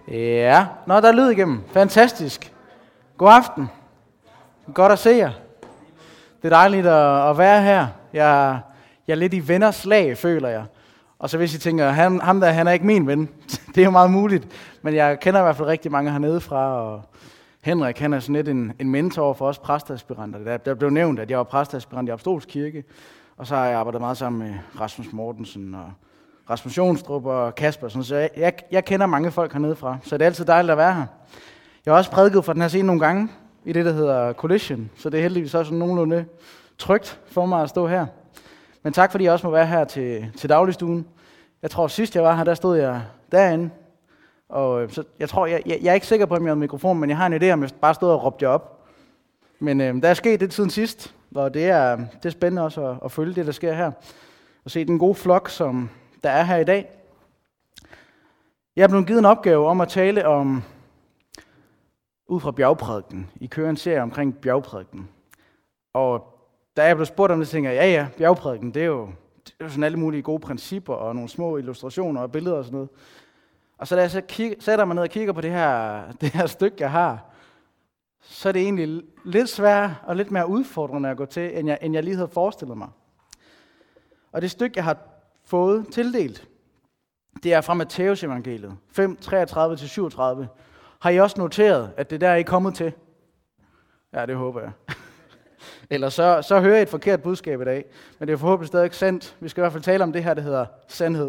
Ja, der er lyd igennem. Fantastisk. God aften. Godt at se jer. Det er dejligt at være her. Jeg er lidt i venners lag, føler jeg. Og så hvis I tænker, han er ikke min ven. Det er jo meget muligt. Men jeg kender i hvert fald rigtig mange hernede fra. Og Henrik, han er sådan lidt en mentor for os præsteaspiranter. Der blev nævnt, at jeg var præsteaspirant i Apostolsk Kirke. Og så har jeg arbejdet meget sammen med Rasmus Mortensen og Rasmus Jonstrup og Kasper. Så jeg kender mange folk hernede fra. Så det er altid dejligt at være her. Jeg har også prædiket for den her scene nogle gange i det, der hedder Collision. Så det er heldigvis også nogenlunde trygt for mig at stå her. Men tak fordi jeg også må være her til dagligstuen. Jeg tror sidst jeg var her, der stod jeg derinde. Og så jeg tror, jeg er ikke sikker på, om jeg har mikrofon, men jeg har en idé, om jeg bare stod og råbte jer op. Men der er sket det siden sidst, og det er spændende også at følge det, der sker her. Og se den gode flok, som der er her i dag. Jeg er blevet givet en opgave om at tale om, ud fra bjergprædiken. I kører en serie omkring bjergprædiken. Og da jeg blev spurgt om det, tænker jeg, ja, bjergprædiken, det er jo sådan alle mulige gode principper, og nogle små illustrationer og billeder og sådan noget. Og så da jeg så sætter mig ned og kigger på det her stykke, jeg har, så er det egentlig lidt sværere og lidt mere udfordrende at gå til, end jeg lige havde forestillet mig. Og det stykke, jeg har fået tildelt, det er fra Matthæus evangeliet, 5, 33-37. Har I også noteret, at det der er I kommet til? Ja, det håber jeg. Eller så hører I et forkert budskab i dag, men det er forhåbentlig stadig ikke sandt. Vi skal i hvert fald tale om det her, der hedder sandhed.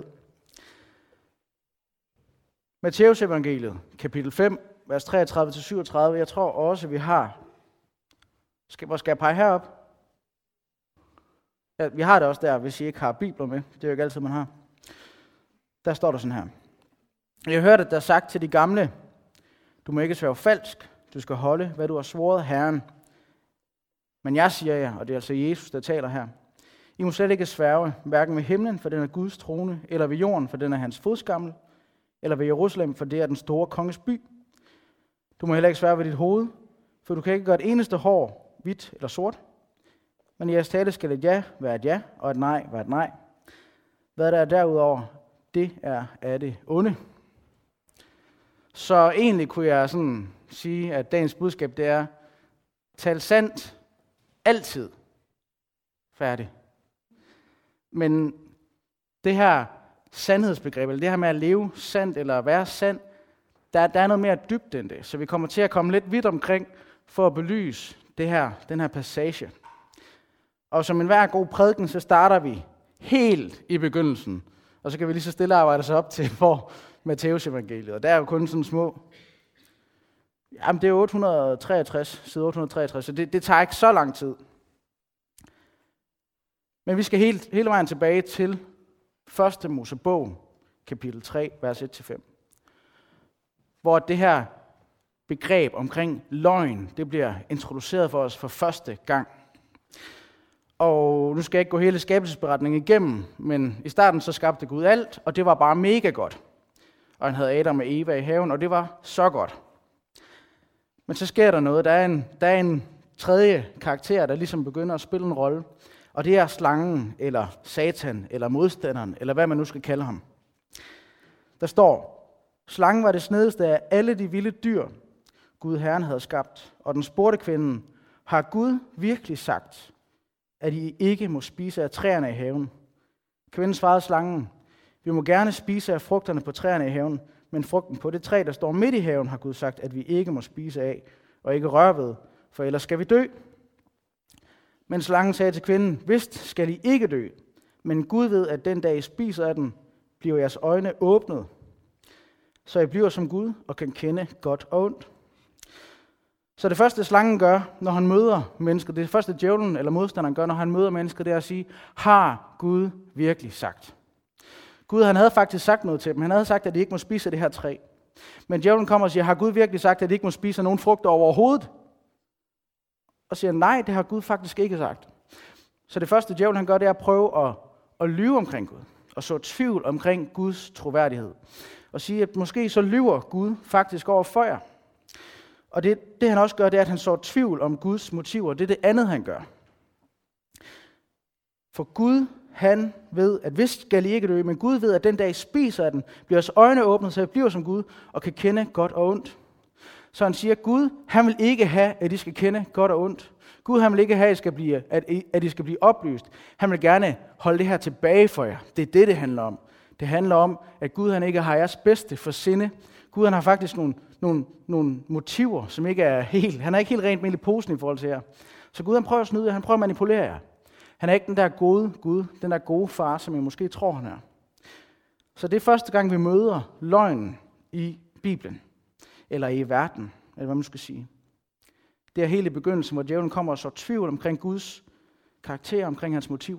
Matthæus evangeliet, kapitel 5, vers 33-37. Jeg tror også, vi har... Skal jeg pege herop? Ja, vi har det også der, hvis I ikke har bibler med. Det er jo ikke altid, man har. Der står der sådan her. Jeg hørte, at der er sagt til de gamle, du må ikke sværge falsk, du skal holde, hvad du har svoret Herren. Men jeg siger jer, og det er altså Jesus, der taler her, I må slet ikke sværge, hverken ved himlen, for den er Guds trone, eller ved jorden, for den er hans fodskammel, eller ved Jerusalem, for det er den store konges by. Du må heller ikke sværge ved dit hoved, for du kan ikke gøre et eneste hår hvidt eller sort. Men i jeres tale skal et ja være et ja, og et nej være et nej. Hvad der er derudover, det er af det onde. Så egentlig kunne jeg sådan sige, at dagens budskab det er, tal sandt altid. Færdig. Men det her sandhedsbegreb, eller det her med at leve sandt eller at være sand, der er noget mere dybt end det. Så vi kommer til at komme lidt vidt omkring for at belyse den her passage. Og som enhver god prædiken, så starter vi helt i begyndelsen. Og så kan vi lige så stille arbejde os op til for Matthæus evangeliet. Og der er jo kun sådan små... Jamen det er 863, side 863, så det tager ikke så lang tid. Men vi skal hele vejen tilbage til 1. Mosebog, kapitel 3, vers 1-5. Hvor det her begreb omkring løgn, det bliver introduceret for os for første gang. Og nu skal jeg ikke gå hele skabelsesberetningen igennem, men i starten så skabte Gud alt, og det var bare mega godt. Og han havde Adam og Eva i haven, og det var så godt. Men så sker der noget. Der er en tredje karakter, der ligesom begynder at spille en rolle. Og det er slangen, eller satan, eller modstanderen, eller hvad man nu skal kalde ham. Der står, slangen var det snedigste af alle de vilde dyr, Gud Herren havde skabt. Og den spurgte kvinden, har Gud virkelig sagt, at I ikke må spise af træerne i haven? Kvinden svarede slangen, vi må gerne spise af frugterne på træerne i haven, men frugten på det træ, der står midt i haven, har Gud sagt, at vi ikke må spise af og ikke røre ved, for ellers skal vi dø. Men slangen sagde til kvinden, vist skal I ikke dø, men Gud ved, at den dag I spiser af den, bliver jeres øjne åbnet, så I bliver som Gud og kan kende godt og ondt. Så det første slangen gør, når han møder mennesker, det første djævlen eller modstanderen gør, når han møder mennesker, det er at sige, har Gud virkelig sagt? Gud han havde faktisk sagt noget til dem. Han havde sagt, at de ikke må spise af det her træ. Men djævlen kommer og siger, har Gud virkelig sagt, at de ikke må spise af nogen frugter overhovedet? Og siger, nej, det har Gud faktisk ikke sagt. Så det første djævlen han gør, det er at prøve at lyve omkring Gud. Og så tvivl omkring Guds troværdighed. Og sige, at måske så lyver Gud faktisk over for jer. Og det han også gør, det er, at han så tvivl om Guds motiver. Det er det andet, han gør. For Gud, han ved, at vist skal I ikke dø, men Gud ved, at den dag I spiser af den, bliver jeres øjne åbnet, så I bliver som Gud, og kan kende godt og ondt. Så han siger, Gud, han vil ikke have, at I skal kende godt og ondt. Gud, han vil ikke have, at I skal blive oplyst. Han vil gerne holde det her tilbage for jer. Det er det handler om. Det handler om, at Gud, han ikke har jeres bedste for sinde. Gud, han har faktisk nogle motiver, som ikke er helt. Han er ikke helt rent med i posen i forhold til jer. Så Gud, han prøver at snyde jer, han prøver at manipulere jer. Han er ikke den der gode Gud, den der gode far, som jeg måske tror, han er. Så det er første gang, vi møder løgnen i Bibelen, eller i verden, eller hvad man skal sige. Det er helt i begyndelsen, hvor djævlen kommer og så tvivl omkring Guds karakter, omkring hans motiver.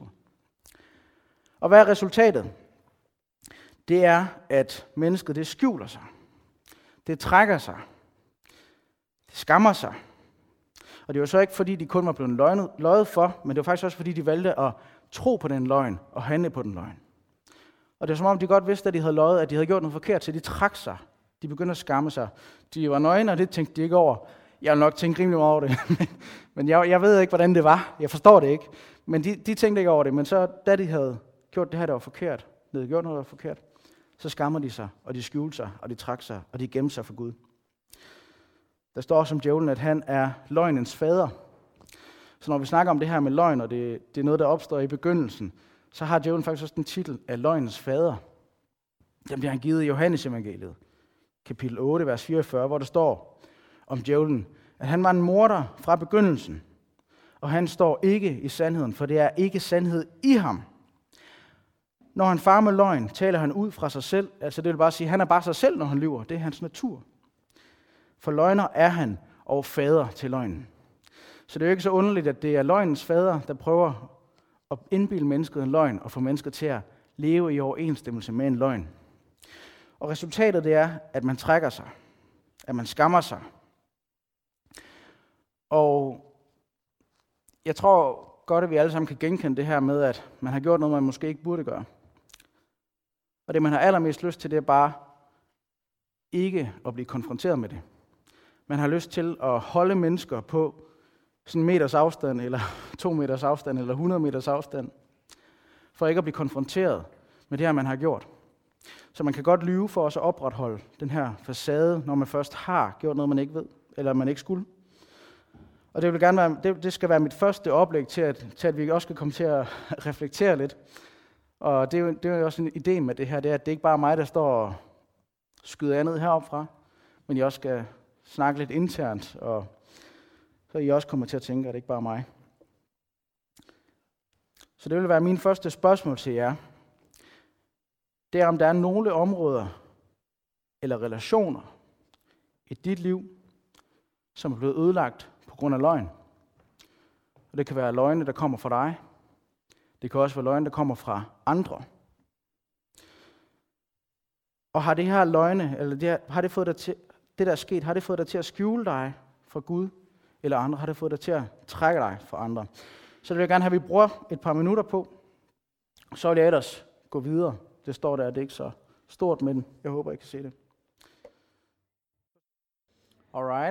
Og hvad er resultatet? Det er, at mennesket det skjuler sig. Det trækker sig. Det skammer sig. Og det var så ikke, fordi de kun var blevet løjet for, men det var faktisk også, fordi de valgte at tro på den løgn og handle på den løgn. Og det var som om, de godt vidste, at de havde løjet, at de havde gjort noget forkert, så de trak sig. De begyndte at skamme sig. De var nøgne, og det tænkte de ikke over. Jeg vil nok tænke rimelig over det, men jeg ved ikke, hvordan det var. Jeg forstår det ikke. Men de tænkte ikke over det. Men så, da de havde gjort det her, der var forkert, de havde gjort noget, der var forkert, så skammer de sig, og de skjulte sig, og de trak sig, og de gemte sig for Gud. Der står også om djævlen, at han er løgnens fader. Så når vi snakker om det her med løgn, og det er noget, der opstår i begyndelsen, så har djævlen faktisk også den titel af løgnens fader. Den bliver han givet i Johannes evangeliet, kapitel 8, vers 44, hvor der står om djævlen, at han var en morder fra begyndelsen, og han står ikke i sandheden, for det er ikke sandhed i ham. Når han farer med løgn, taler han ud fra sig selv, altså det vil bare sige, at han er bare sig selv, når han lyver. Det er hans natur. For løgner er han og fader til løgnen. Så det er jo ikke så underligt, at det er løgnens fader, der prøver at indbilde mennesket en løgn og få mennesket til at leve i overensstemmelse med en løgn. Og resultatet det er, at man trækker sig, at man skammer sig. Og jeg tror godt, at vi alle sammen kan genkende det her med, at man har gjort noget, man måske ikke burde gøre. Og det, man har allermest lyst til, det er bare ikke at blive konfronteret med det. Man har lyst til at holde mennesker på sådan en meters afstand, eller 2 meters afstand, eller 100 meters afstand, for ikke at blive konfronteret med det her, man har gjort. Så man kan godt lyve for også at opretholde den her facade, når man først har gjort noget, man ikke ved, eller man ikke skulle. Og det vil gerne være, det skal være mit første oplæg til at vi også skal komme til at reflektere lidt. Og det er jo også en idé med det her, det er, at det ikke bare er mig, der står og skyder andet heroppe fra, men jeg også skal snakke lidt internt, og så I også kommer til at tænke, at det ikke bare er mig. Så det vil være min første spørgsmål til jer. Det er, om der er nogle områder eller relationer i dit liv, som er blevet ødelagt på grund af løgn. Og det kan være løgne, der kommer fra dig. Det kan også være løgne, der kommer fra andre. Og har det her løgne, eller har det fået dig til, det der er sket, har det fået dig til at skjule dig for Gud eller andre? Har det fået dig til at trække dig for andre? Så det vil jeg gerne have, at vi bruger et par minutter på. Så vil jeg ellers gå videre. Det står der, det er ikke så stort, men jeg håber, I kan se det. Alright.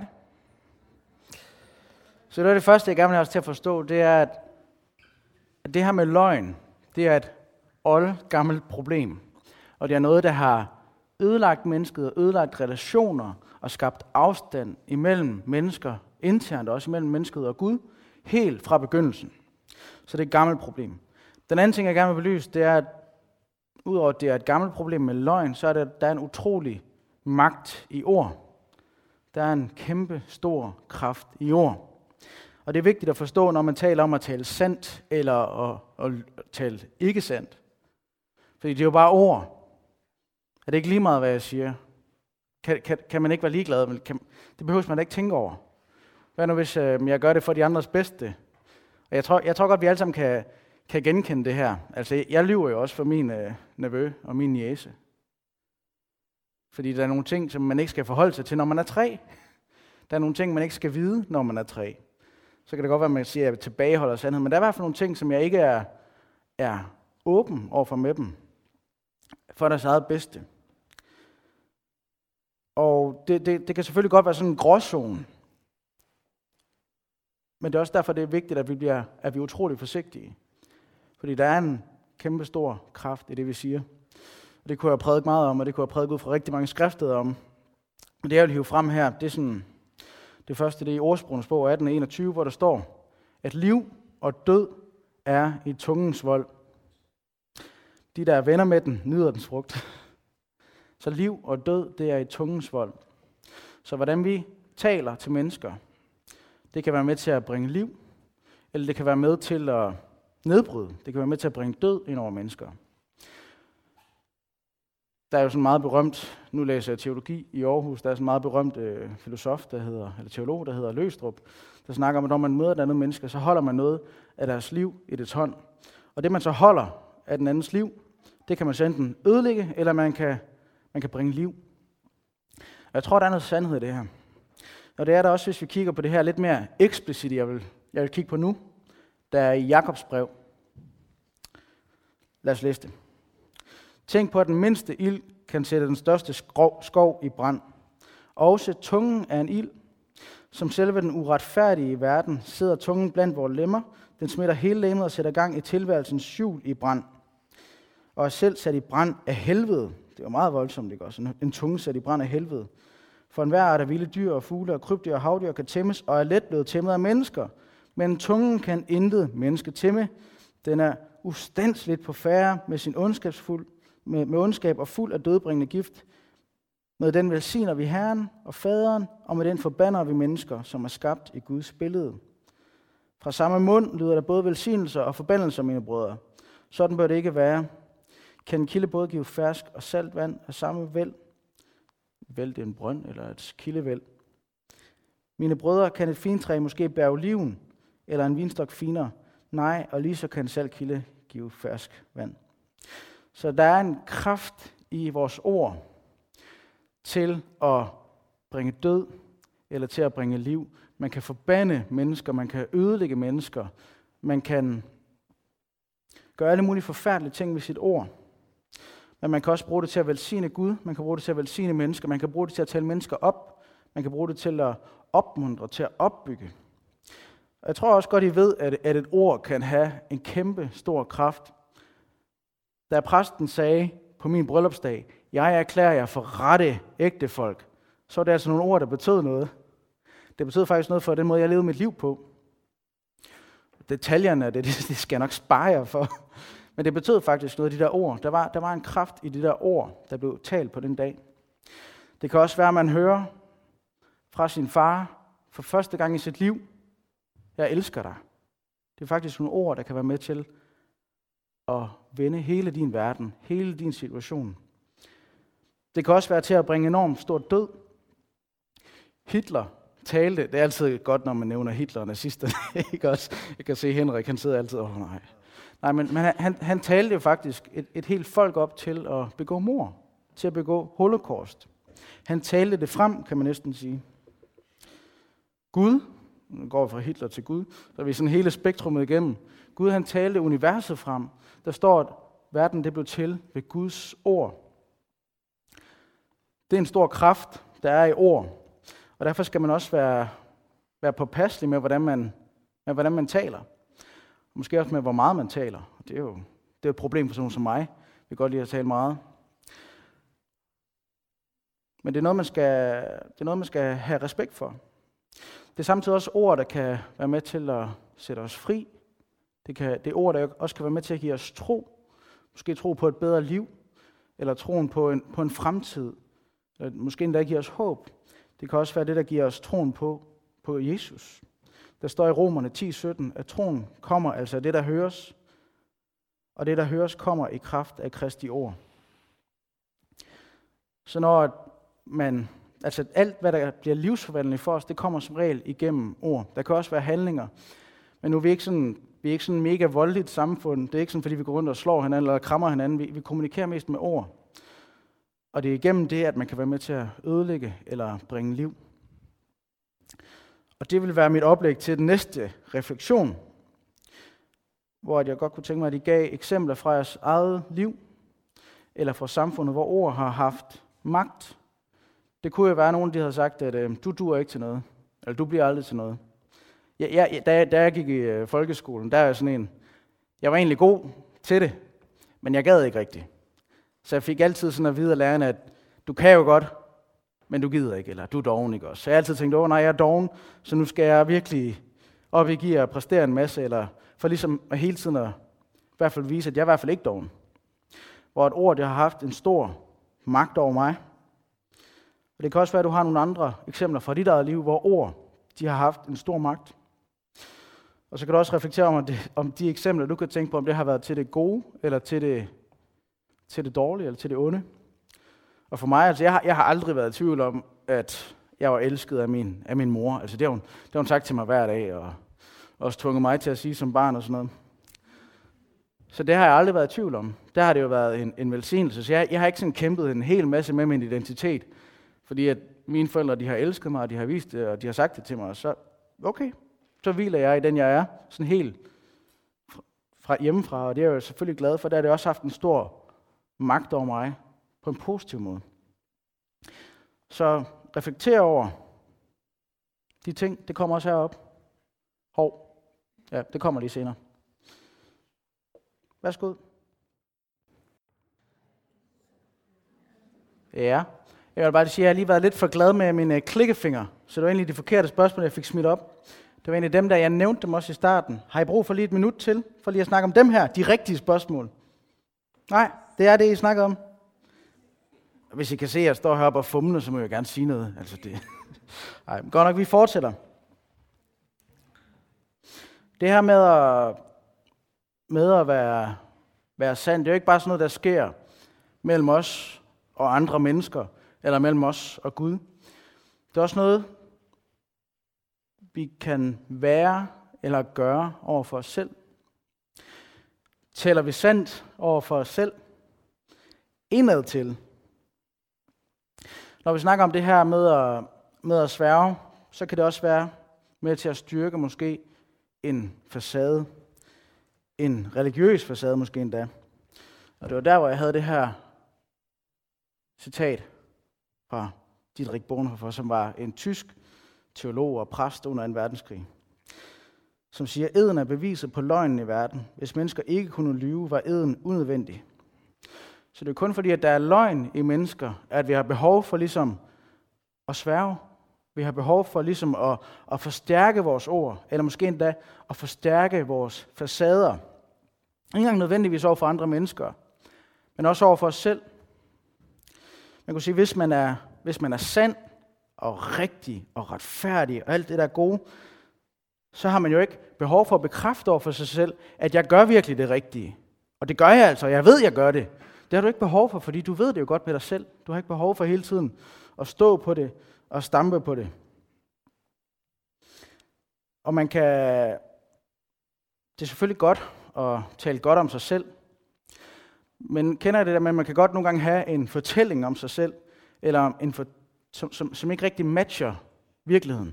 Så det første, jeg gerne vil have os til at forstå, det er, at det her med løgn, det er et oldgammelt problem. Og det er noget, der har ødelagt mennesket, ødelagt relationer og skabt afstand imellem mennesker internt, og også imellem mennesket og Gud, helt fra begyndelsen. Så det er et gammelt problem. Den anden ting, jeg gerne vil belyse, det er, at udover at det er et gammelt problem med løgn, så er der en utrolig magt i ord. Der er en kæmpe stor kraft i ord. Og det er vigtigt at forstå, når man taler om at tale sandt, eller at tale ikke sandt. Fordi det er jo bare ord. Er det ikke lige meget, hvad jeg siger? Kan man ikke være ligeglad? Det behøver man da ikke tænke over. Hvad nu, hvis jeg gør det for de andres bedste? Og jeg tror godt, vi alle sammen kan genkende det her. Altså, jeg lyver jo også for min nevø og min niece. Fordi der er nogle ting, som man ikke skal forholde sig til, når man er 3. Der er nogle ting, man ikke skal vide, når man er 3. Så kan det godt være, at man siger, at jeg tilbageholder sandheden. Men der er i hvert fald nogle ting, som jeg ikke er åben overfor med dem. For deres eget bedste. Og det kan selvfølgelig godt være sådan en gråzone. Men det er også derfor, det er vigtigt, at vi er utrolig forsigtige. Fordi der er en kæmpe stor kraft i det, vi siger. Og det kunne jeg prædike meget om, og det kunne jeg prædike ud fra rigtig mange skriftsteder om. Men det, jeg vil hive frem her, det er sådan, det første, det er i Ordsprogenes bog 18:21, hvor der står, at liv og død er i tungens vold. De, der er venner med den, nyder dens frugt. Så liv og død, det er i tungens vold. Så hvordan vi taler til mennesker, det kan være med til at bringe liv, eller det kan være med til at nedbryde. Det kan være med til at bringe død ind over mennesker. Der er jo sådan meget berømt, nu læser jeg teologi i Aarhus, der er sådan en meget berømt filosof, eller teolog, der hedder Løgstrup, der snakker om, at når man møder et andet menneske, så holder man noget af deres liv i dets hånd. Og det, man så holder af den andens liv, det kan man så enten ødelægge, eller man kan bringe liv. Og jeg tror, der er noget sandhed i det her. Og det er der også, hvis vi kigger på det her lidt mere eksplicit, jeg vil kigge på nu, der er i Jakobs brev. Lad os læse det. Tænk på, at den mindste ild kan sætte den største skov i brand. Også tungen er en ild. Som selve den uretfærdige verden sidder tungen blandt vores lemmer. Den smitter hele legemet og sætter gang i tilværelsens skjul i brand. Og er selv sat i brand af helvede. Det var meget voldsomt, ikke også? En tunge sat i brand af helvede. For enhver art af vilde dyr og fugle og krybdyr og havdyr kan tæmmes og er let blevet tæmmet af mennesker. Men tungen kan intet menneske tæmme. Den er ustandsligt på færre med sin med ondskab og fuld af dødbringende gift. Med den velsigner vi Herren og Faderen, og med den forbander vi mennesker, som er skabt i Guds billede. Fra samme mund lyder der både velsignelser og forbandelser, mine brødre. Sådan bør det ikke være. Kan en kilde både give fersk og salt vand af samme væld? Væld, det er en brønd eller et kildevæld. Mine brødre, kan et fintræ måske bære oliven, eller en vinstok finere? Nej, og lige så kan en saltkilde give fersk vand. Så der er en kraft i vores ord til at bringe død, eller til at bringe liv. Man kan forbande mennesker, man kan ødelægge mennesker, man kan gøre alle mulige forfærdelige ting med sit ord. Men man kan også bruge det til at velsigne Gud, man kan bruge det til at velsigne mennesker, man kan bruge det til at tale mennesker op, man kan bruge det til at opmuntre, til at opbygge. Og jeg tror også godt, I ved, at et ord kan have en kæmpe stor kraft. Da præsten sagde på min bryllupsdag, jeg erklærer jer for rette ægte folk, så var det altså nogle ord, der betød noget. Det betød faktisk noget for den måde, jeg levede mit liv på. Detaljerne af det skal jeg nok spare jer for. Men det betød faktisk noget af de der ord. Der var en kraft i de der ord, der blev talt på den dag. Det kan også være, at man hører fra sin far for første gang i sit liv, jeg elsker dig. Det er faktisk nogle ord, der kan være med til at vende hele din verden, hele din situation. Det kan også være til at bringe enormt stor død. Hitler talte, det er altid godt, når man nævner Hitler og nazisterne, ikke også? Jeg kan se Henrik, han sidder altid, nej, men han talte jo faktisk et helt folk op til at begå mord, til at begå holocaust. Han talte det frem, kan man næsten sige. Gud, nu går vi fra Hitler til Gud, så er vi sådan hele spektrummet igennem. Gud, han talte universet frem. Der står, at verden det blev til ved Guds ord. Det er en stor kraft, der er i ord. Og derfor skal man også være påpasselig med, hvordan man taler. Måske også med, hvor meget man taler. Det er jo et problem for sådan nogen som mig. Vi kan godt lide at tale meget. Men det er noget, man skal have respekt for. Det er samtidig også ord, der kan være med til at sætte os fri. Det er ord, der også kan være med til at give os tro. Måske tro på et bedre liv, eller troen på en fremtid. Eller måske endda give os håb. Det kan også være det, der giver os troen på Jesus. Der står i Romerne 10:17, at troen kommer, altså det, der høres. Og det, der høres, kommer i kraft af Kristi ord. Så når alt, hvad der bliver livsforvandlende for os, det kommer som regel igennem ord. Der kan også være handlinger. Men nu er vi ikke sådan mega voldeligt samfund. Det er ikke sådan, fordi vi går rundt og slår hinanden eller krammer hinanden. Vi kommunikerer mest med ord. Og det er igennem det, at man kan være med til at ødelægge eller bringe liv. Og det vil være mit oplæg til den næste refleksion, hvor jeg godt kunne tænke mig, at I gav eksempler fra jeres eget liv, eller fra samfundet, hvor ord har haft magt. Det kunne jo være, at nogen de havde sagt, at du duer ikke til noget, eller du bliver aldrig til noget. Da jeg gik i folkeskolen, der er sådan en, jeg var egentlig god til det, Men jeg gad ikke rigtigt. Så jeg fik altid sådan at vide af lærerne, at du kan jo godt, men du gider ikke, eller du er doven, ikke også? Så jeg altid tænkte, nej, jeg er doven, så nu skal jeg virkelig op i gear og præstere en masse, eller for ligesom at hele tiden at i hvert fald vise, at jeg er i hvert fald ikke doven. Hvor et ord, det har haft en stor magt over mig. Og det kan også være, at du har nogle andre eksempler fra dit eget liv, hvor ord, de har haft en stor magt. Og så kan du også reflektere om de eksempler, du kan tænke på, om det har været til det gode, eller til det dårlige, eller til det onde. Og for mig, altså jeg har aldrig været i tvivl om, at jeg var elsket af min mor. Altså det har hun sagt til mig hver dag, og også tvunget mig til at sige som barn og sådan noget. Så det har jeg aldrig været i tvivl om. Der har det jo været en velsignelse. Så jeg har ikke sådan kæmpet en hel masse med min identitet. Fordi at mine forældre, de har elsket mig, og de har vist det, og de har sagt det til mig. Og så, okay, så hviler jeg i den, jeg er. Sådan helt fra hjemmefra. Og det er jeg jo selvfølgelig glad for. Der har det også haft en stor magt over mig. På en positiv måde. Så reflekter over de ting. Det kommer også herop. Ja, det kommer lige senere. Værsgo. Ja, jeg vil bare sige, at jeg har lige været lidt for glad med mine klikkefinger, så det var egentlig de forkerte spørgsmål, jeg fik smidt op. Det var egentlig dem, der jeg nævnte dem også i starten. Har I brug for lige et minut til, for lige at snakke om dem her, de rigtige spørgsmål? Nej, det er det, I snakker om. Hvis I kan se, at jeg står heroppe og fumler, så må jeg gerne sige noget. Altså det. Ej, godt nok, vi fortsætter. Det her med at være sand, det er jo ikke bare sådan noget, der sker mellem os og andre mennesker, eller mellem os og Gud. Det er også noget, vi kan være eller gøre over for os selv. Taler vi sandt over for os selv, indad til. Når vi snakker om det her med at sværge, så kan det også være med til at styrke måske en facade. En religiøs facade måske endda. Og det var der, hvor jeg havde det her citat fra Dietrich Bonhoeffer, som var en tysk teolog og præst under 2. verdenskrig, som siger, at eden er beviset på løgnen i verden. Hvis mennesker ikke kunne lyve, var eden unødvendig. Så det er kun fordi, at der er løgn i mennesker, at vi har behov for ligesom at sværge. Vi har behov for ligesom at forstærke vores ord, eller måske endda at forstærke vores facader. Ikke engang nødvendigvis over for andre mennesker, men også over for os selv. Man kan sige, hvis man er sand og rigtig og retfærdig og alt det der gode, så har man jo ikke behov for at bekræfte over for sig selv, at jeg gør virkelig det rigtige. Og det gør jeg altså, jeg ved, jeg gør det. Det har du ikke behov for, fordi du ved det jo godt med dig selv. Du har ikke behov for hele tiden at stå på det og stampe på det. Og det er selvfølgelig godt at tale godt om sig selv, men kender I det der med, at man kan godt nogle gange have en fortælling om sig selv, eller som ikke rigtig matcher virkeligheden.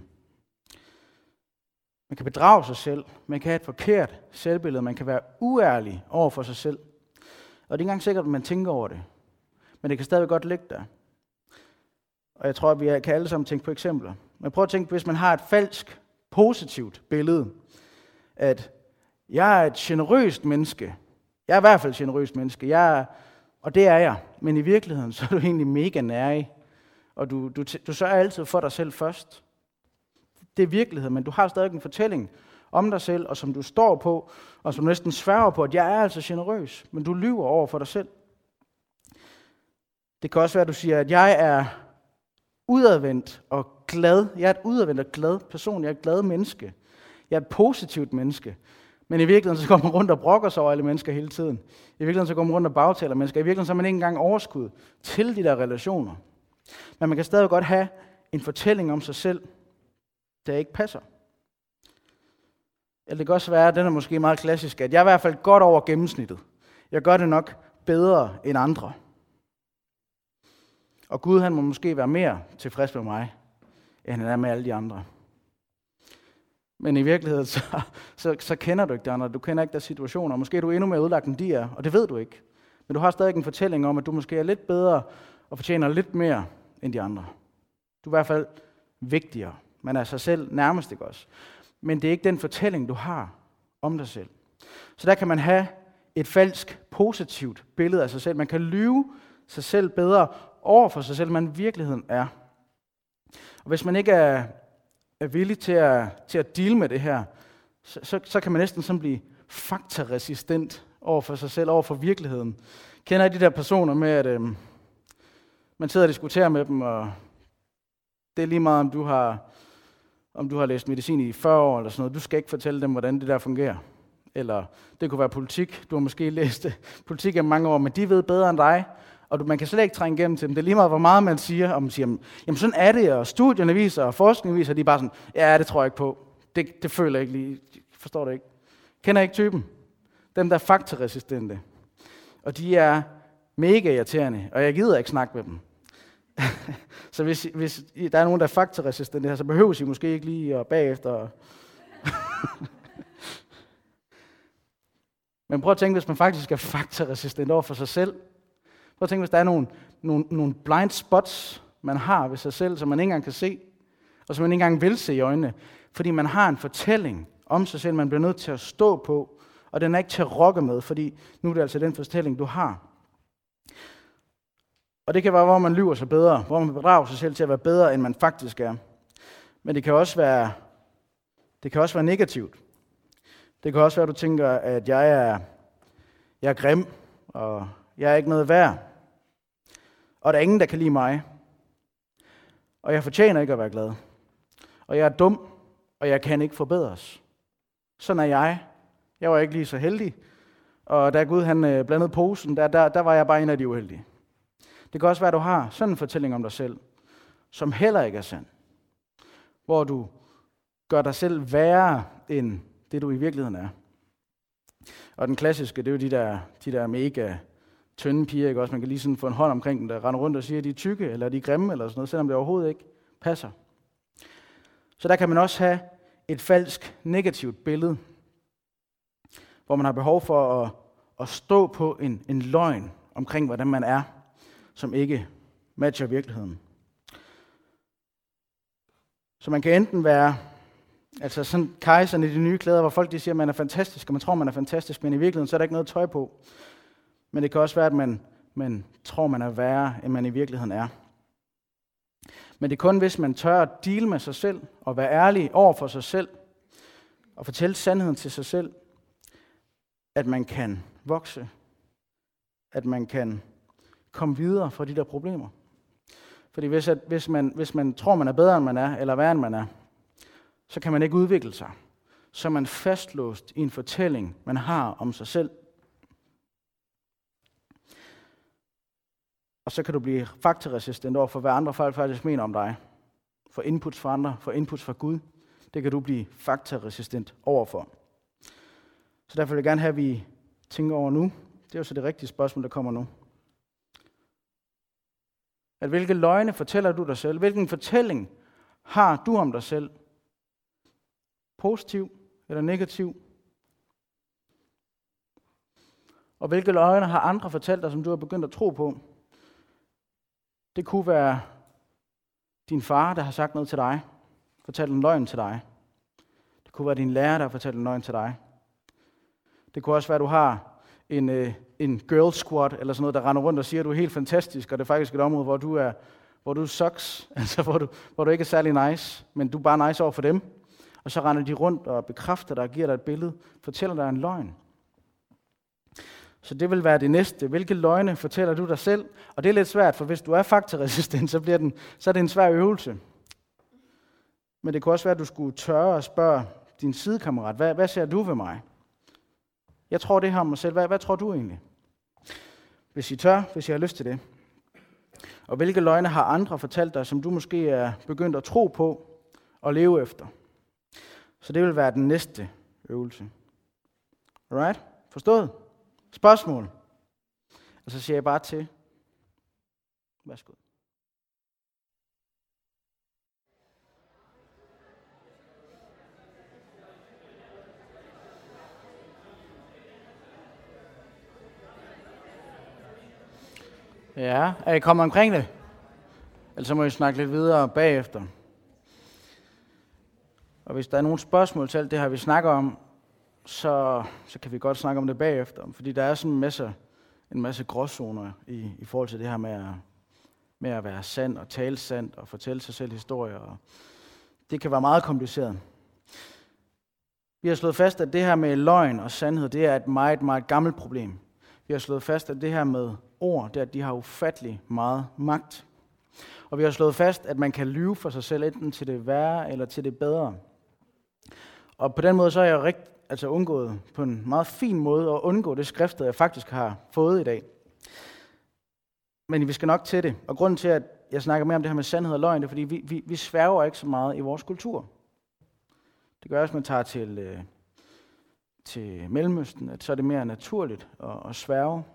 Man kan bedrage sig selv, man kan have et forkert selvbillede, man kan være uærlig over for sig selv. Og det er ikke engang sikkert, at man tænker over det, men det kan stadig godt ligge der. Og jeg tror, at vi kan alle sammen tænke på eksempler. Men prøv at tænke, hvis man har et falsk, positivt billede, at jeg er et generøst menneske. Jeg er i hvert fald et generøst menneske. Og det er jeg. Men i virkeligheden, så er du egentlig mega nærig. Og du sørger altid for dig selv først. Det er virkeligheden, men du har stadig en fortælling om dig selv, og som du står på, og som næsten sværger på, at jeg er altså generøs, men du lyver over for dig selv. Det kan også være, at du siger, at jeg er udadvendt og glad. Jeg er et udadvendt og glad person. Jeg er et glad menneske. Jeg er et positivt menneske. Men i virkeligheden så går man rundt og brokker sig over alle mennesker hele tiden. I virkeligheden så går man rundt og bagtaler mennesker. I virkeligheden så har man ikke engang overskud til de der relationer. Men man kan stadig godt have en fortælling om sig selv, der ikke passer. Eller det kan også være, den er måske meget klassisk, at jeg er i hvert fald godt over gennemsnittet. Jeg gør det nok bedre end andre. Og Gud, han må måske være mere tilfreds med mig, end han er med alle de andre. Men i virkeligheden, så kender du ikke de andre. Du kender ikke deres situationer. Måske er du endnu mere udlagt, end de er, og det ved du ikke. Men du har stadig en fortælling om, at du måske er lidt bedre og fortjener lidt mere end de andre. Du er i hvert fald vigtigere. Man er sig selv nærmest, ikke også? Men det er ikke den fortælling, du har om dig selv. Så der kan man have et falsk positivt billede af sig selv. Man kan lyve sig selv bedre over for sig selv, end man i virkeligheden er. Og hvis man ikke er villig til at deal med det her, så kan man næsten sådan blive faktaresistent over for sig selv, over for virkeligheden. Kender I de der personer med, at man sidder og diskuterer med dem, og det er lige meget, om du har læst medicin i 40 år eller sådan noget. Du skal ikke fortælle dem, hvordan det der fungerer. Eller det kunne være politik. Du har måske læst politik i mange år, men de ved bedre end dig. Og man kan slet ikke trænge igennem til dem. Det er lige meget, hvor meget man siger. Og man siger, jamen sådan er det, og studierne viser, og forskningen viser, de er bare sådan, ja, det tror jeg ikke på. Det føler jeg ikke lige. Forstår det ikke. Kender ikke typen? Dem, der er faktaresistente. Og de er mega irriterende, og jeg gider ikke snakke med dem. Så hvis der er nogen, der er faktaresistente her, så behøver I måske ikke lige at bagefter. Men prøv at tænke, hvis man faktisk er faktaresistent over for sig selv. Prøv at tænke, hvis der er nogle blind spots, man har ved sig selv, som man ikke engang kan se, og som man ikke engang vil se i øjnene. Fordi man har en fortælling om sig selv, man bliver nødt til at stå på, og den er ikke til at rokke med, fordi nu er det altså den fortælling, du har. Og det kan være, hvor man lyver sig bedre, hvor man bedrager sig selv til at være bedre, end man faktisk er. Men det kan også være negativt. Det kan også være, at du tænker, at jeg er grim, og jeg er ikke noget værd. Og der er ingen, der kan lide mig. Og jeg fortjener ikke at være glad. Og jeg er dum, og jeg kan ikke forbedres. Sådan er jeg. Jeg var ikke lige så heldig. Og da Gud han blandede posen, der var jeg bare en af de uheldige. Det kan også være, at du har sådan en fortælling om dig selv, som heller ikke er sand. Hvor du gør dig selv værre end det, du i virkeligheden er. Og den klassiske, det er jo de der mega tynde piger, ikke også? Man kan lige sådan få en hånd omkring dem, der render rundt og siger, at de er tykke, eller de er grimme, eller sådan noget, selvom det overhovedet ikke passer. Så der kan man også have et falsk negativt billede, hvor man har behov for at stå på en løgn omkring, hvordan man er, som ikke matcher virkeligheden. Så man kan enten være altså sådan kejserne i de nye klæder, hvor folk de siger, at man er fantastisk, og man tror, man er fantastisk, men i virkeligheden så er der ikke noget tøj på. Men det kan også være, at man tror, man er værre, end man i virkeligheden er. Men det er kun, hvis man tør at deale med sig selv, og være ærlig over for sig selv, og fortælle sandheden til sig selv, at man kan vokse, at man kan komme videre fra de der problemer. Fordi hvis man tror, man er bedre, end man er, eller værre, end man er, så kan man ikke udvikle sig. Så er man fastlåst i en fortælling, man har om sig selv. Og så kan du blive faktaresistent over for, hvad andre folk faktisk mener om dig. For inputs fra andre, for inputs fra Gud. Det kan du blive faktaresistent overfor. Så derfor vil jeg gerne have, at vi tænker over nu. Det er jo så det rigtige spørgsmål, der kommer nu. At hvilke løgne fortæller du dig selv? Hvilken fortælling har du om dig selv? Positiv eller negativ? Og hvilke løgne har andre fortalt dig, som du har begyndt at tro på? Det kunne være din far, der har sagt noget til dig, fortalt en løgn til dig. Det kunne være din lærer, der har fortalt en løgn til dig. Det kunne også være, at du har en girl squad, eller sådan noget, der render rundt og siger, at du er helt fantastisk, og det er faktisk et område, hvor du sucks, altså hvor du ikke er særlig nice, men du er bare nice over for dem. Og så render de rundt og bekræfter dig og giver dig et billede, fortæller dig en løgn. Så det vil være det næste. Hvilke løgne fortæller du dig selv? Og det er lidt svært, for hvis du er faktaresistent, så er det en svær øvelse. Men det kunne også være, at du skulle tørre at spørge din sidekammerat, hvad ser du ved mig? Jeg tror det her om mig selv. Hvad tror du egentlig? Hvis I tør, hvis I har lyst til det. Og hvilke løgne har andre fortalt dig, som du måske er begyndt at tro på og leve efter? Så det vil være den næste øvelse. Alright? Forstået? Spørgsmål? Og så siger jeg bare til. Værsgo. Ja, er I kommet omkring det? Ellers så må I snakke lidt videre bagefter. Og hvis der er nogle spørgsmål til alt det her, vi snakker om, så kan vi godt snakke om det bagefter. Fordi der er sådan en masse gråzoner i forhold til det her med at være sand og tale sandt og fortælle sig selv historier. Og det kan være meget kompliceret. Vi har slået fast, at det her med løgn og sandhed, det er et meget, meget gammelt problem. Vi har slået fast, at det her med ord, det er, at de har ufattelig meget magt. Og vi har slået fast, at man kan lyve for sig selv, enten til det værre eller til det bedre. Og på den måde så er jeg undgået på en meget fin måde at undgå det skriftet, jeg faktisk har fået i dag. Men vi skal nok til det. Og grunden til, at jeg snakker mere om det her med sandhed og løgn, det er, fordi vi sværger ikke så meget i vores kultur. Det gør, at man tager til Mellemøsten, at så er det mere naturligt at sværge.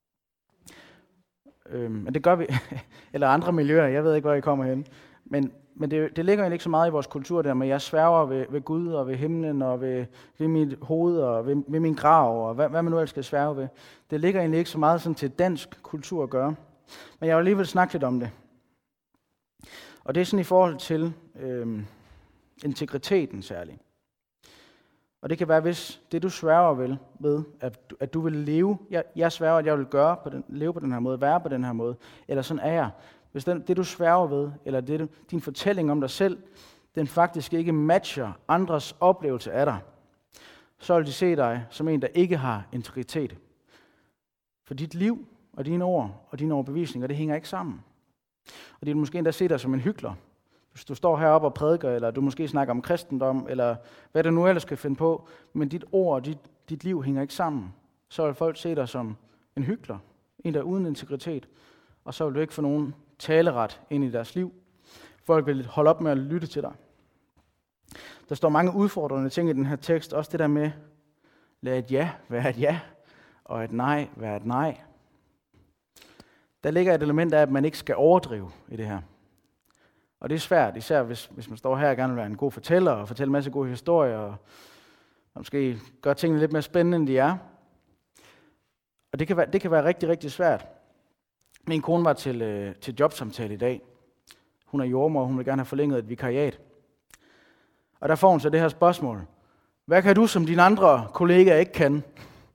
Men det gør vi, eller andre miljøer, jeg ved ikke, hvor I kommer hen. Men det ligger egentlig ikke så meget i vores kultur der, men jeg sværger ved Gud og ved himlen og ved mit hoved og ved min grav og hvad man nu ellers skal sværge ved. Det ligger egentlig ikke så meget sådan til dansk kultur at gøre. Men jeg vil alligevel snakke lidt om det. Og det er sådan i forhold til integriteten særligt. Og det kan være, hvis det du sværger ved, at du vil leve, jeg sværger, at jeg vil leve på den her måde, være på den her måde, eller sådan er jeg. Hvis det du sværger ved, eller din fortælling om dig selv, den faktisk ikke matcher andres oplevelse af dig, så vil de se dig som en, der ikke har integritet. For dit liv og dine ord og dine overbevisninger, det hænger ikke sammen. Og de vil måske endda se dig som en hykler. Hvis du står heroppe og prædiker, eller du måske snakker om kristendom, eller hvad du nu ellers skal finde på, men dit ord og dit liv hænger ikke sammen, så vil folk se dig som en hykler, en der er uden integritet, og så vil du ikke få nogen taleret ind i deres liv. Folk vil holde op med at lytte til dig. Der står mange udfordrende ting i den her tekst, også det der med, lad et ja være et ja, og et nej være et nej. Der ligger et element af, at man ikke skal overdrive i det her. Og det er svært, især hvis man står her og gerne vil være en god fortæller, og fortælle en masse gode historier, og måske gøre tingene lidt mere spændende, end de er. Og det kan være rigtig, rigtig svært. Min kone var til jobsamtale i dag. Hun er jordemoder, og hun vil gerne have forlænget et vikariat. Og der får hun så det her spørgsmål. Hvad kan du, som dine andre kollegaer ikke kan?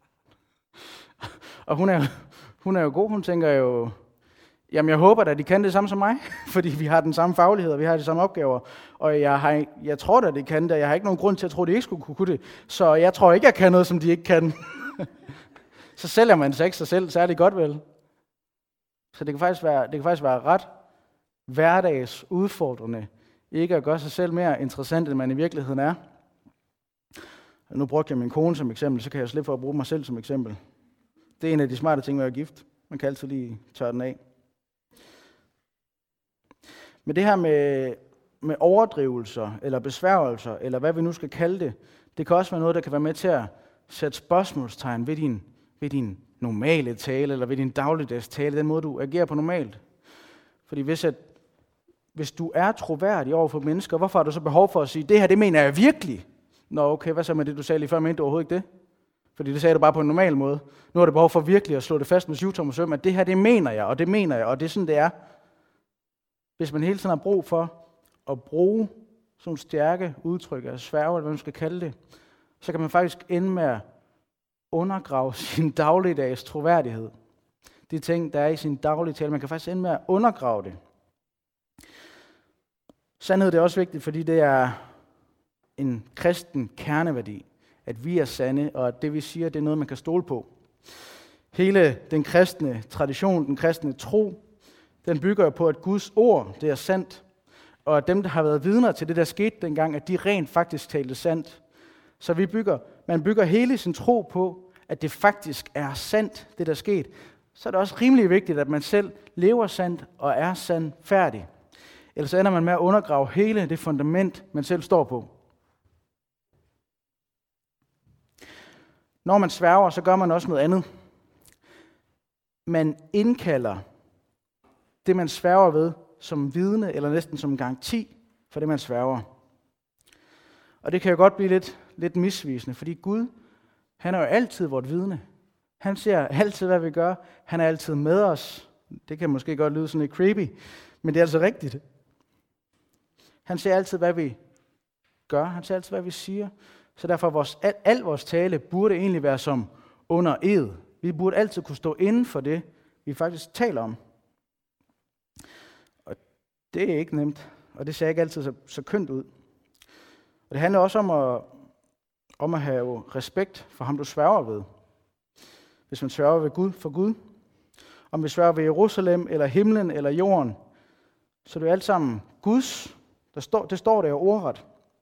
Og hun er jo god, hun tænker jo, jamen jeg håber at de kan det samme som mig, fordi vi har den samme faglighed, og vi har de samme opgaver. Og jeg tror da, de kan det, jeg har ikke nogen grund til at tro, at de ikke skulle kunne det. Så jeg tror ikke, jeg kan noget, som de ikke kan. Så sælger man sig ikke sig selv særlig godt, vel? Så det kan faktisk være ret hverdags udfordrende, ikke at gøre sig selv mere interessant, end man i virkeligheden er. Nu brugte jeg min kone som eksempel, så kan jeg slippe for at bruge mig selv som eksempel. Det er en af de smarte ting ved at være gift. Man kan altid lige tørre den af. Men det her med overdrivelser, eller besværgelser, eller hvad vi nu skal kalde det, det kan også være noget, der kan være med til at sætte spørgsmålstegn ved din normale tale, eller ved din dagligdags tale, den måde, du agerer på normalt. Fordi hvis du er troværdig over for mennesker, hvorfor har du så behov for at sige, det her, det mener jeg virkelig? Nå, okay, hvad så med det, du sagde lige før, mente du overhovedet ikke det? Fordi det sagde du bare på en normal måde. Nu er det behov for virkelig at slå det fast med 7-tommersøm, at det her, det mener jeg, og det mener jeg, og det er sådan, det er. Hvis man hele tiden har brug for at bruge sådan stærke udtryk, altså sværge, eller hvad man skal kalde det, så kan man faktisk ende med at undergrave sin dagligdags troværdighed. De ting, der er i sin daglige tale, man kan faktisk ende med at undergrave det. Sandhed det er også vigtigt, fordi det er en kristen kerneværdi, at vi er sande, og at det vi siger, det er noget, man kan stole på. Hele den kristne tradition, den kristne tro, den bygger på, at Guds ord, det er sandt, og at dem, der har været vidner til det, der skete dengang, at de rent faktisk talte sandt. Så man bygger hele sin tro på, at det faktisk er sandt, det der skete. Så er det også rimelig vigtigt, at man selv lever sandt og er sandfærdig. Ellers ender man med at undergrave hele det fundament, man selv står på. Når man sværger, så gør man også noget andet. Man indkalder det, man sværger ved, som vidne, eller næsten som garanti for det, man sværger. Og det kan jo godt blive lidt misvisende, fordi Gud, han er jo altid vort vidne. Han ser altid, hvad vi gør. Han er altid med os. Det kan måske godt lyde sådan lidt creepy, men det er altså rigtigt. Han ser altid, hvad vi gør. Han ser altid, hvad vi siger. Så derfor al vores tale burde egentlig være som under ed. Vi burde altid kunne stå inden for det, vi faktisk taler om. Og det er ikke nemt, og det ser ikke altid så kønt ud. Og det handler også om at have respekt for ham, du sværger ved. Hvis man sværger ved Gud for Gud, om vi sværger ved Jerusalem, eller himlen, eller jorden, så er det jo alt sammen Guds. Det står der jo ordret.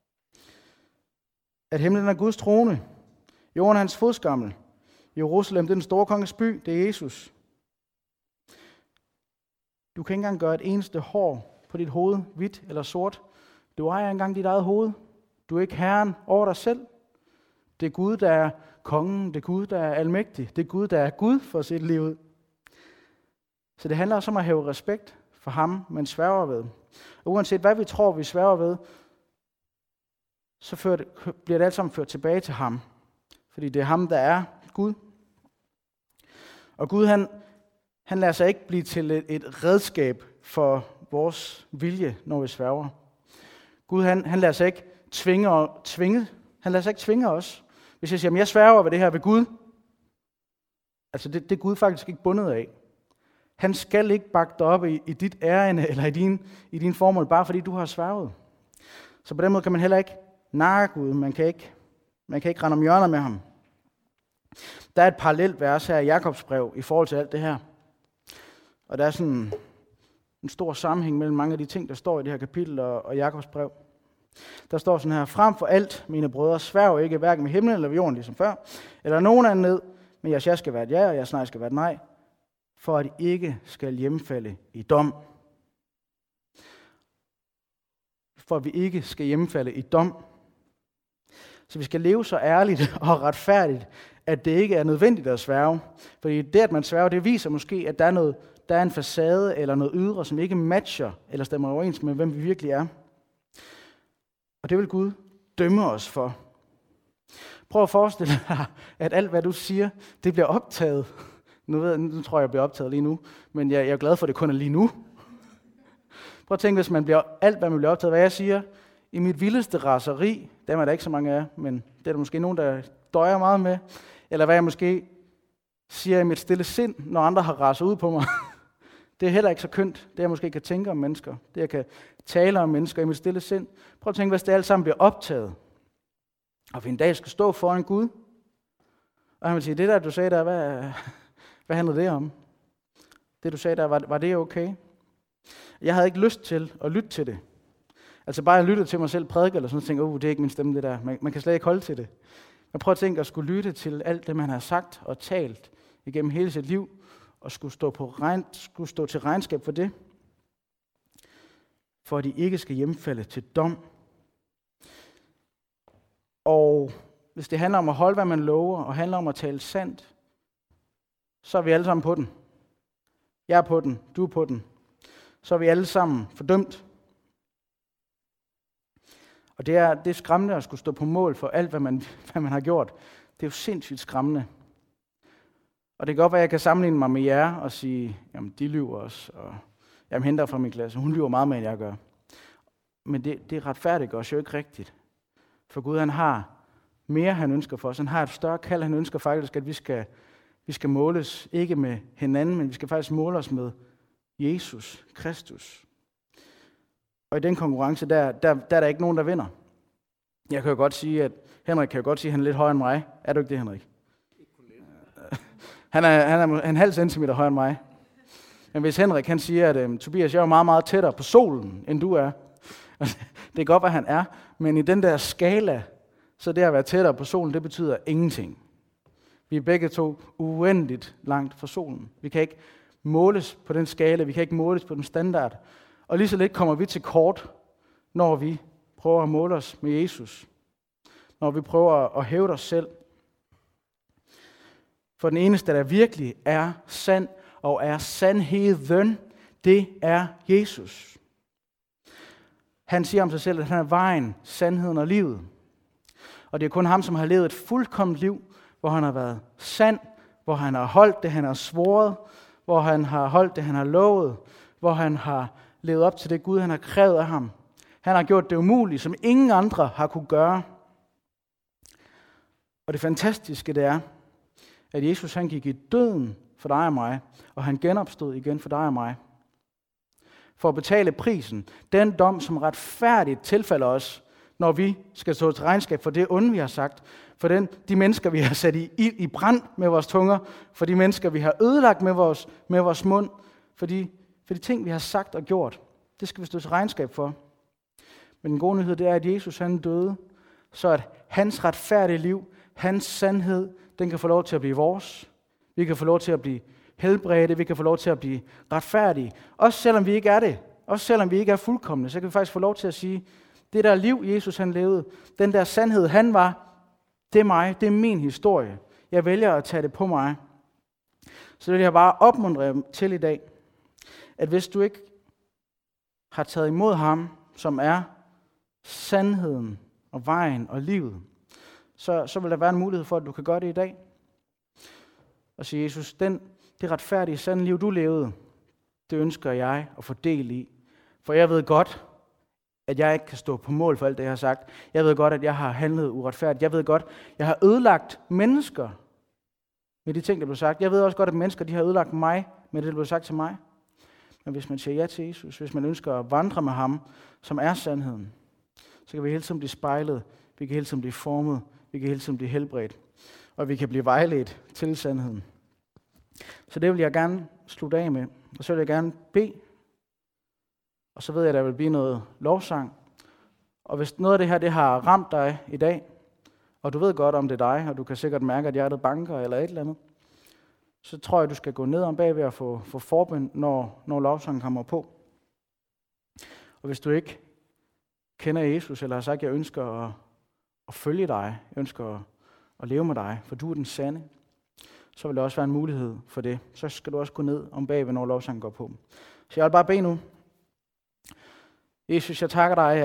At himlen er Guds trone, jorden er hans fodskammel, Jerusalem det er den store konges by, det er Jesus. Du kan ikke engang gøre et eneste hår på dit hoved, hvidt eller sort. Du ejer engang dit eget hoved. Du er ikke herren over dig selv. Det er Gud, der er kongen. Det er Gud, der er almægtig. Det er Gud, der er Gud for sit liv ud. Så det handler også om at have respekt for ham, man sværger ved. Og uanset hvad vi tror, vi sværger ved, så bliver det alt sammen ført tilbage til ham. Fordi det er ham, der er Gud. Og Gud, han lader sig ikke blive til et redskab for vores vilje, når vi sværger. Gud, han lader sig ikke tvinge. Han lader sig ikke tvinge os. Hvis jeg siger, at jeg sværger ved det her ved Gud, altså det er Gud faktisk ikke bundet af. Han skal ikke bakke dig op i dit ærinde eller i din formål, bare fordi du har sværget. Så på den måde kan man heller ikke narre Gud. Man kan ikke rende om hjørner med ham. Der er et parallelt vers her i Jakobs brev i forhold til alt det her. Og der er sådan en stor sammenhæng mellem mange af de ting, der står i det her kapitel og Jakobs brev. Der står sådan her: frem for alt, mine brødre, sværg ikke hverken med himlen eller ved jorden, ligesom før, eller nogen anden ned, men jeres ja skal være et ja, og jeres nej skal være et nej, for at I ikke skal hjemfalde i dom. For at vi ikke skal hjemfalde i dom. Så vi skal leve så ærligt og retfærdigt, at det ikke er nødvendigt at sværge. Fordi det, at man sværger, det viser måske, at der er en facade eller noget ydre, som ikke matcher eller stemmer overens med, hvem vi virkelig er. Og det vil Gud dømme os for. Prøv at forestille dig, at alt, hvad du siger, det bliver optaget. Nu tror jeg bliver optaget lige nu, men jeg er glad for, at det kun er lige nu. Prøv at tænke, hvis alt, hvad man bliver optaget, hvad jeg siger, i mit vildeste raseri, dem er der ikke så mange af, men det er der måske nogen, der døjer meget med, eller hvad jeg måske siger i mit stille sind, når andre har raset ud på mig. Det er heller ikke så kønt, det jeg måske kan tænke om mennesker, det jeg kan tale om mennesker i mit stille sind. Prøv at tænke, hvis det alt sammen bliver optaget, og vi en dag skal stå foran Gud, og han vil sige, det der, du sagde der, hvad handlede det om? Det du sagde der, var det okay? Jeg havde ikke lyst til at lytte til det. Altså bare at lytte til mig selv prædike, eller sådan og tænke, det er ikke min stemme det der. Man kan slet ikke holde til det. Men prøv at tænke at skulle lytte til alt det, man har sagt og talt igennem hele sit liv, og skulle stå til regnskab for det, for at de ikke skal hjemfalde til dom. Og hvis det handler om at holde, hvad man lover, og handler om at tale sandt, så er vi alle sammen på den. Jeg er på den, du er på den. Så er vi alle sammen fordømt. Og det er skræmmende at skulle stå på mål for alt, hvad man har gjort. Det er jo sindssygt skræmmende. Og det kan godt være, at jeg kan sammenligne mig med jer og sige, jamen de lyver også, og jamen hende der fra min klasse, hun lyver meget mere, end jeg gør. Men det retfærdiggør os jo ikke rigtigt. For Gud, han har mere, han ønsker for os. Han har et større kald, han ønsker faktisk, at vi skal måles, ikke med hinanden, men vi skal faktisk måle os med Jesus, Kristus. Og i den konkurrence, der er der ikke nogen, der vinder. Jeg kan jo godt sige, at Henrik han er lidt højere end mig. Er du ikke det, Henrik? Han er en halv centimeter højere end mig. Men hvis Henrik han siger, at Tobias, jeg er meget, meget tættere på solen, end du er. Det er godt, hvad han er, men i den der skala, så det at være tættere på solen, det betyder ingenting. Vi er begge to uendeligt langt fra solen. Vi kan ikke måles på den skala, vi kan ikke måles på den standard. Og lige så lidt kommer vi til kort, når vi prøver at måle os med Jesus. Når vi prøver at hæve os selv. For den eneste, der virkelig er sand og er sandheden, det er Jesus. Han siger om sig selv, at han er vejen, sandheden og livet. Og det er kun ham, som har levet et fuldkomment liv, hvor han har været sand, hvor han har holdt det, han har svoret, hvor han har holdt det, han har lovet, hvor han har levet op til det Gud, han har krævet af ham. Han har gjort det umulige, som ingen andre har kunne gøre. Og det fantastiske det er, at Jesus han gik i døden for dig og mig, og han genopstod igen for dig og mig. For at betale prisen, den dom, som retfærdigt tilfalder os, når vi skal stå til regnskab for det onde, vi har sagt, for de mennesker, vi har sat i brand med vores tunger, for de mennesker, vi har ødelagt med vores mund, for de ting, vi har sagt og gjort. Det skal vi stå til regnskab for. Men den gode nyhed, det er, at Jesus han døde, så at hans retfærdige liv, hans sandhed, den kan få lov til at blive vores. Vi kan få lov til at blive helbredte, vi kan få lov til at blive retfærdige. Også selvom vi ikke er det, også selvom vi ikke er fuldkomne, så kan vi faktisk få lov til at sige, det der liv, Jesus han levede, den der sandhed, han var, det er mig, det er min historie. Jeg vælger at tage det på mig. Så det vil jeg bare opmuntre jer til i dag, at hvis du ikke har taget imod ham, som er sandheden og vejen og livet, så vil der være en mulighed for, at du kan gøre det i dag. Og sige, Jesus, det retfærdige, sande liv, du levede, det ønsker jeg at få del i. For jeg ved godt, at jeg ikke kan stå på mål for alt det, jeg har sagt. Jeg ved godt, at jeg har handlet uretfærdigt. Jeg ved godt, at jeg har ødelagt mennesker med de ting, der blev sagt. Jeg ved også godt, at mennesker de har ødelagt mig med det, der blev sagt til mig. Men hvis man siger ja til Jesus, hvis man ønsker at vandre med ham, som er sandheden, så kan vi hele tiden blive spejlet, vi kan hele tiden blive formet, vi kan hele tiden blive helbredt, og vi kan blive vejledt til sandheden. Så det vil jeg gerne slutte af med, og så vil jeg gerne bede, og så ved jeg, at der vil blive noget lovsang. Og hvis noget af det her det har ramt dig i dag, og du ved godt, om det er dig, og du kan sikkert mærke, at hjertet banker eller et eller andet, så tror jeg, du skal gå ned om bagved og få forbøn, når lovsangen kommer på. Og hvis du ikke kender Jesus, eller har sagt, at jeg ønsker at følge dig, jeg ønsker at leve med dig, for du er den sande, så vil der også være en mulighed for det. Så skal du også gå ned om bagved, når lovsangen går på. Så jeg vil bare bede nu. Jesus, jeg takker dig,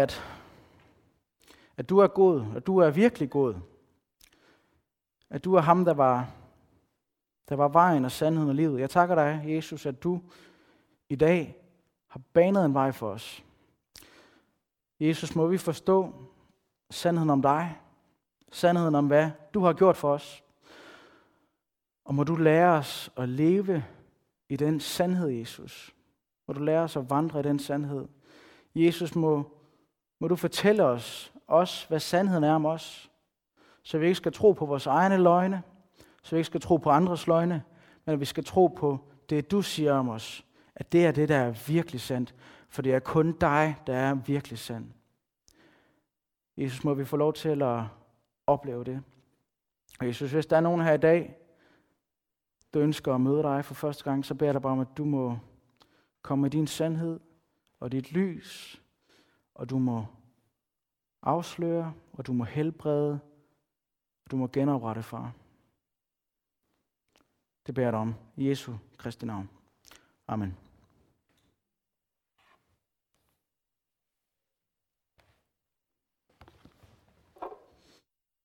at du er god, at du er virkelig god. At du er ham, der var vejen og sandheden og livet. Jeg takker dig, Jesus, at du i dag har banet en vej for os. Jesus, må vi forstå sandheden om dig, sandheden om, hvad du har gjort for os. Og må du lære os at leve i den sandhed, Jesus. Må du lære os at vandre i den sandhed. Jesus, må du fortælle os, hvad sandheden er om os, så vi ikke skal tro på vores egne løgne, så vi ikke skal tro på andres løgne, men at vi skal tro på det, du siger om os, at det er det, der er virkelig sandt, for det er kun dig, der er virkelig sand. Jesus, må vi få lov til at opleve det. Og Jesus, hvis der er nogen her i dag, der ønsker at møde dig for første gang, så beder jeg dig bare om, at du må komme med din sandhed og dit lys, og du må afsløre, og du må helbrede, og du må genoprette, far. Det beder jeg dig om i Jesu Kristi navn. Amen.